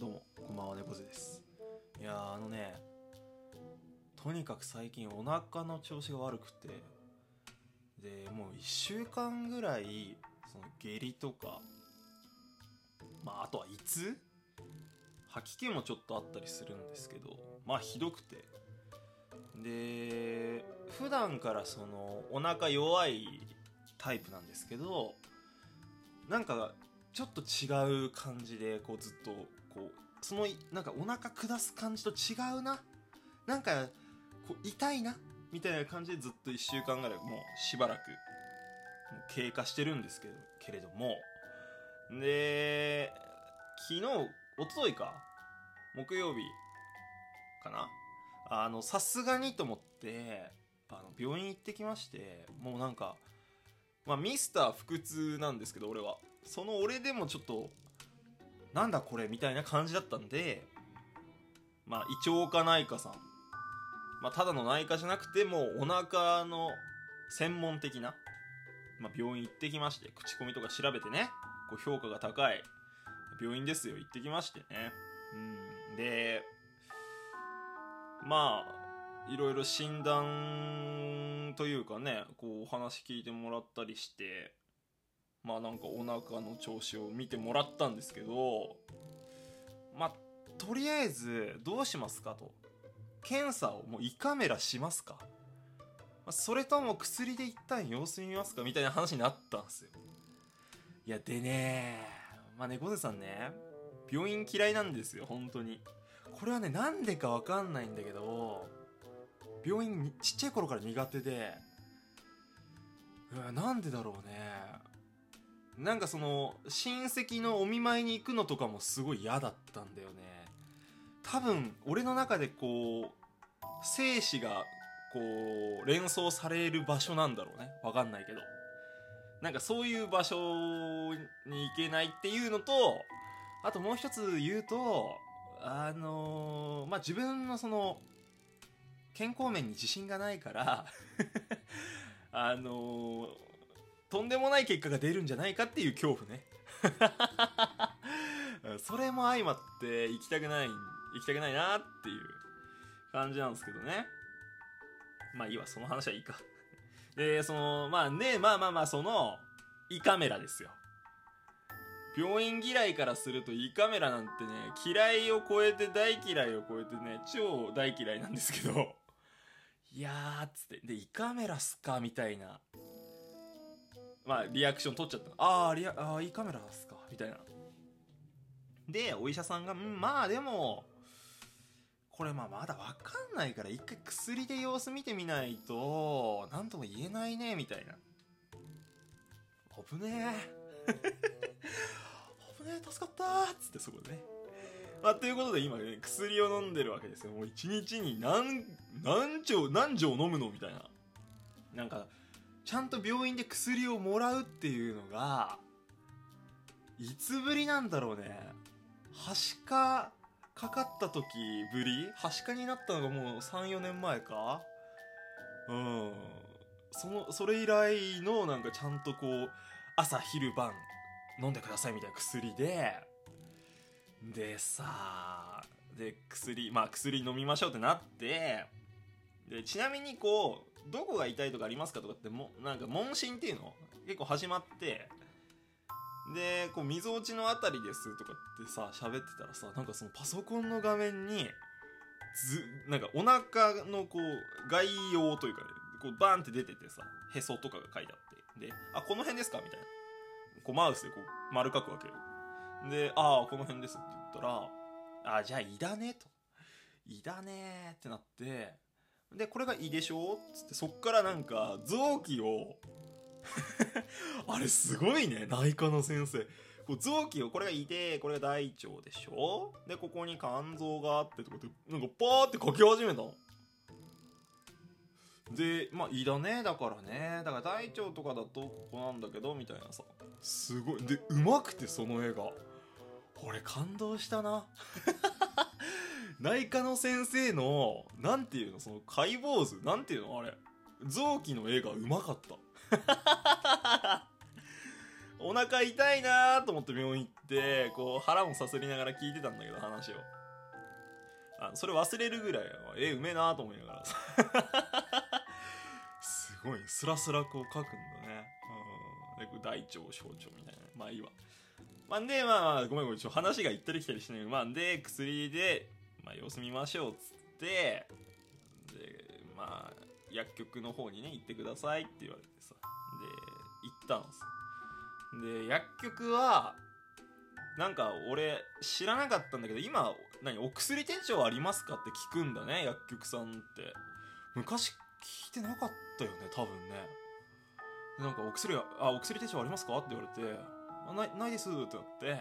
どうもこんばんは、猫背です。いやとにかく最近お腹の調子が悪くて、でもう1週間ぐらいその下痢とか、あとは胃痛、吐き気もちょっとあったりするんですけど、ひどくて、で普段からそのお腹弱いタイプなんですけど、なんかちょっと違う感じでこうずっとこうそのなんかお腹下す感じと違うな、なんかこう痛いなみたいな感じでずっと1週間ぐらいもうしばらく経過してるんですけれども、で昨日一昨日か木曜日かな、さすがにと思って病院行ってきまして、もうなんかミスター腹痛なんですけど、俺はその俺でもちょっとなんだこれみたいな感じだったんで、胃腸科内科さん、ただの内科じゃなくてもうお腹の専門的な、病院行ってきまして、口コミとか調べてね、こう評価が高い病院ですよ、行ってきましてね。でいろいろ診断というかね、こうお話聞いてもらったりして、なんかお腹の調子を見てもらったんですけど、とりあえずどうしますかと、検査をもう胃カメラしますか、それとも薬で一旦様子見ますかみたいな話になったんですよ。いやでね、猫背さんね、病院嫌いなんですよ本当に。これはね、なんでかわかんないんだけど、病院ちっちゃい頃から苦手で、なんでだろうね。なんかその親戚のお見舞いに行くのとかもすごい嫌だったんだよね。多分俺の中でこう生死がこう連想される場所なんだろうね、わかんないけど、なんかそういう場所に行けないっていうのと、あともう一つ言うと、自分のその健康面に自信がないからとんでもない結果が出るんじゃないかっていう恐怖ねそれも相まって行きたくないなっていう感じなんですけどね。いいわ、その話はいいかで、そのその胃カメラですよ。病院嫌いからすると胃カメラなんてね、嫌いを超えて大嫌いを超えてね、超大嫌いなんですけど、いやーっつって、で胃カメラっすかみたいなリアクション取っちゃった。胃カメラっすかみたいな。でお医者さんがでもこれまだわかんないから一回薬で様子見てみないとなんとも言えないねみたいな。危ねえ危ねえ、助かったーっつって、そこでね。ということで今ね、薬を飲んでるわけですよ。もう一日に何錠飲むのみたいな。なんかちゃんと病院で薬をもらうっていうのがいつぶりなんだろうね。はしかかかった時ぶり、はしかになったのがもう 3,4 年前か。それ以来のなんかちゃんとこう朝昼晩飲んでくださいみたいな薬で薬飲みましょうってなって、でちなみにこうどこが痛いとかありますかとかってなんか問診っていうの結構始まって、でこうみぞおちのあたりですとかってさ喋ってたらさ、なんかそのパソコンの画面になんかお腹のこう概要というかね、こうバーンって出ててさ、へそとかが書いてあって、でこの辺ですかみたいな、こうマウスでこう丸書くわけよ。でこの辺ですって言ったら、じゃあ胃だねと、胃だねってなって、でこれが胃でしょっつって、そっからなんか臓器をあれすごいね、内科の先生。こう臓器を、これが胃でこれが大腸でしょ、でここに肝臓があってとかってなんかパーって書き始めたので、胃だね、だからね、だから大腸とかだとここなんだけどみたいなさ、すごいでうまくて、その絵が俺感動したな内科の先生のなんていうの、その解剖図なんていうの、あれ臓器の絵がうまかったお腹痛いなーと思って病院行ってこう腹もさすりながら聞いてたんだけど話をそれ忘れるぐらいうめえなーと思いながらすごいスラスラこう書くんだね。で大腸小腸みたいなまあいいわ。まあでまあごめん話が行ったり来たりしてね。まあで薬でまあ様子見ましょうっつってでまあ薬局の方にね行ってくださいって言われてさで行ったんですで薬局はなんか俺知らなかったんだけど今お薬手帳ありますかって聞くんだね薬局さんって。昔聞いてなかったよね多分ね。なんかお薬手帳ありますかって言われてないですってなって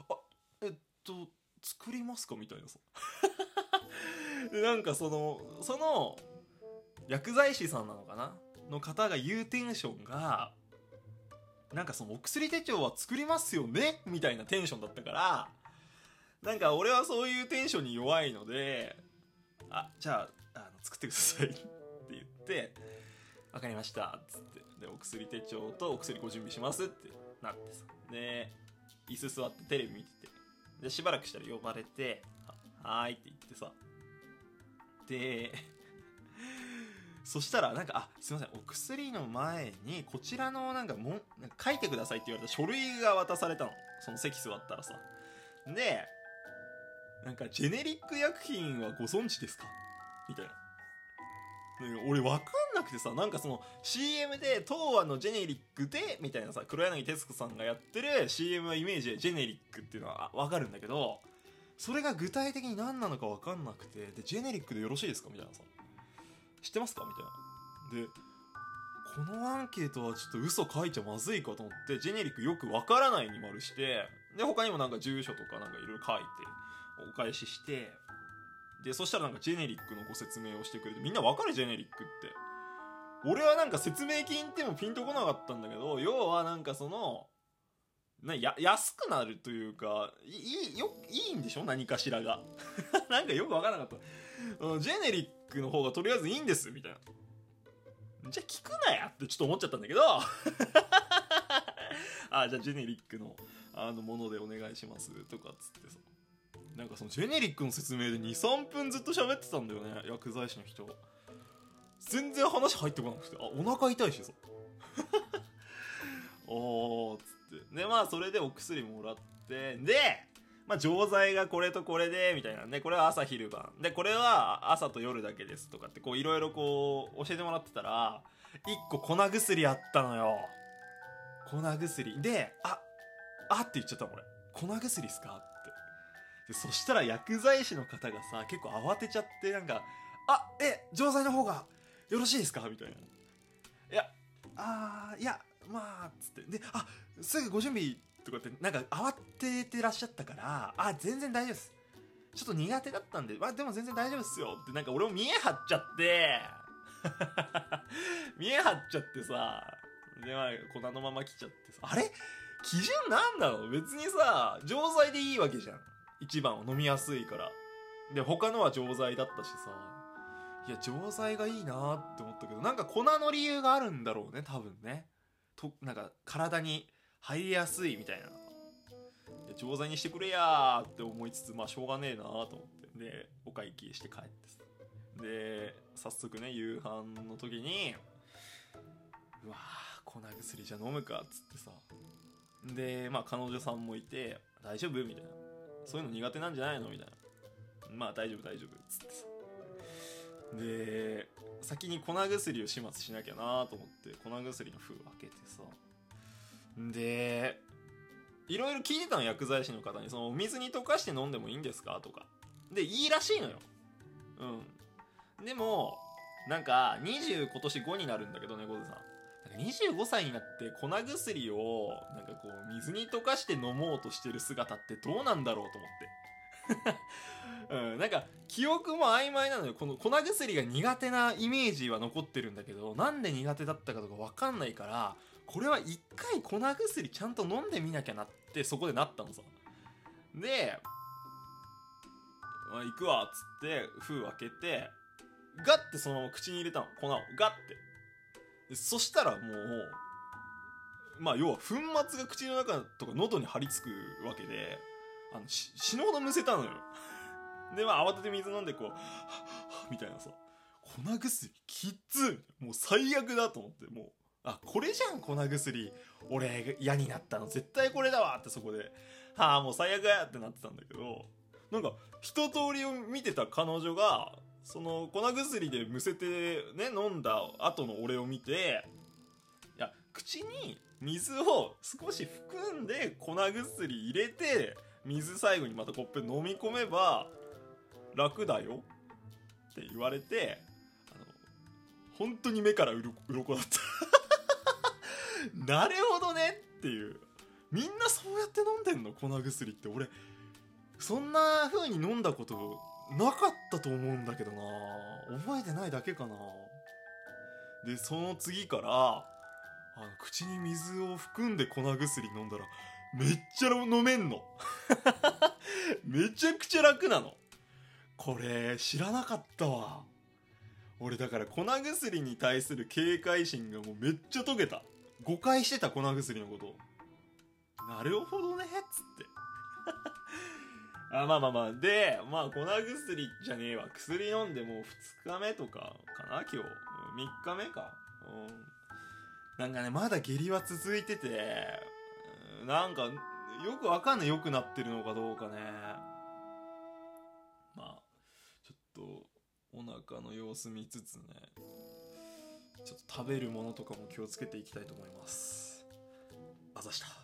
作りますかみたいなさでなんかその薬剤師さんなのかなの方が言うテンションがなんかそのお薬手帳は作りますよねみたいなテンションだったからなんか俺はそういうテンションに弱いのでじゃあ作ってくださいって言って分かりましたっつってでお薬手帳とお薬ご準備しますってなってさで椅子座ってテレビ見ててでしばらくしたら呼ばれてはーいって言ってさでそしたらなんかすいませんお薬の前にこちらのなんか書いてくださいって言われた書類が渡されたのその席座ったらさでなんかジェネリック薬品はご存知ですかみたいな俺分かんなくてさなんかその CM で東亜のジェネリックでみたいなさ黒柳徹子さんがやってる CM のイメージでジェネリックっていうのは分かるんだけどそれが具体的に何なのか分かんなくてでジェネリックでよろしいですかみたいなさ知ってますかみたいなでこのアンケートはちょっと嘘書いちゃまずいかと思ってジェネリックよく分からないに丸してで他にもなんか住所とかなんかいろいろ書いてお返ししてでそしたらなんかジェネリックのご説明をしてくれてみんな分かるジェネリックって俺はなんか説明聞いてもピンとこなかったんだけど要はなんかその安くなるというかいいんでしょ何かしらがなんかよく分からなかったジェネリックの方がとりあえずいいんですみたいなじゃあ聞くなやってちょっと思っちゃったんだけどじゃあジェネリックのものでお願いしますとかっつってさなんかそのジェネリックの説明で 2,3 分ずっと喋ってたんだよね薬剤師の人全然話入ってこなくてお腹痛いしさおーっつってでまあそれでお薬もらってでまあ錠剤がこれとこれでみたいなねこれは朝昼晩でこれは朝と夜だけですとかってこういろいろこう教えてもらってたら1個粉薬あったのよ粉薬でって言っちゃったの俺粉薬っすかってでそしたら薬剤師の方がさ結構慌てちゃってなんか錠剤の方がよろしいですかみたいないやまあつってですぐご準備とかってなんか慌ててらっしゃったから全然大丈夫ですちょっと苦手だったんででも全然大丈夫っすよってなんか俺も見え張っちゃって見え張っちゃってさで粉のまま来ちゃってさあれ基準なんだろう別にさ錠剤でいいわけじゃん一番を飲みやすいからで他のは錠剤だったしさいや錠剤がいいなって思ったけどなんか粉の理由があるんだろうね多分ねなんか体に入りやすいみたいな錠剤にしてくれやーって思いつつしょうがねえなーと思ってでお会計して帰ってで早速ね夕飯の時にうわー粉薬じゃ飲むかっつってさで彼女さんもいて大丈夫みたいなそういうの苦手なんじゃないのみたいな大丈夫っつってさで先に粉薬を始末しなきゃなと思って粉薬の封を開けてさでいろいろ聞いてたの薬剤師の方にお水に溶かして飲んでもいいんですかとかでいいらしいのよでもなんか今年5になるんだけど猫背さん25歳になって粉薬をなんかこう水に溶かして飲もうとしてる姿ってどうなんだろうと思ってなんか記憶も曖昧なのよこの粉薬が苦手なイメージは残ってるんだけどなんで苦手だったかとか分かんないからこれは一回粉薬ちゃんと飲んでみなきゃなってそこでなったのさで、行くわっつって封開けてガッてそのまま口に入れたの粉をガッてでそしたらもうまあ要は粉末が口の中とか喉に張り付くわけで、死ぬほどむせたのよ。でまあ慌てて水飲んでこうはっはっみたいなさ、粉薬きっつ、もう最悪だと思って、もうこれじゃん粉薬、俺嫌になったの絶対これだわって、そこでもう最悪やってなってたんだけど、なんか一通りを見てた彼女がその粉薬でむせてね飲んだ後の俺を見て、いや口に水を少し含んで粉薬入れて水最後にまたコップで飲み込めば楽だよって言われて、本当に目から鱗だったなるほどねっていう、みんなそうやって飲んでんの粉薬って。俺そんな風に飲んだことなかったと思うんだけどな、覚えてないだけかな。でその次から口に水を含んで粉薬飲んだらめっちゃ飲めんのめちゃくちゃ楽なの。これ知らなかったわ。俺だから粉薬に対する警戒心がもうめっちゃ解けた。誤解してた粉薬のこと。なるほどねっつってまあで粉薬じゃねえわ、薬飲んでもう2日目とかかな、今日3日目か。なんかねまだ下痢は続いてて、なんかよくわかんない、良くなってるのかどうかね。まあちょっとお腹の様子見つつね、ちょっと食べるものとかも気をつけていきたいと思います。あざした。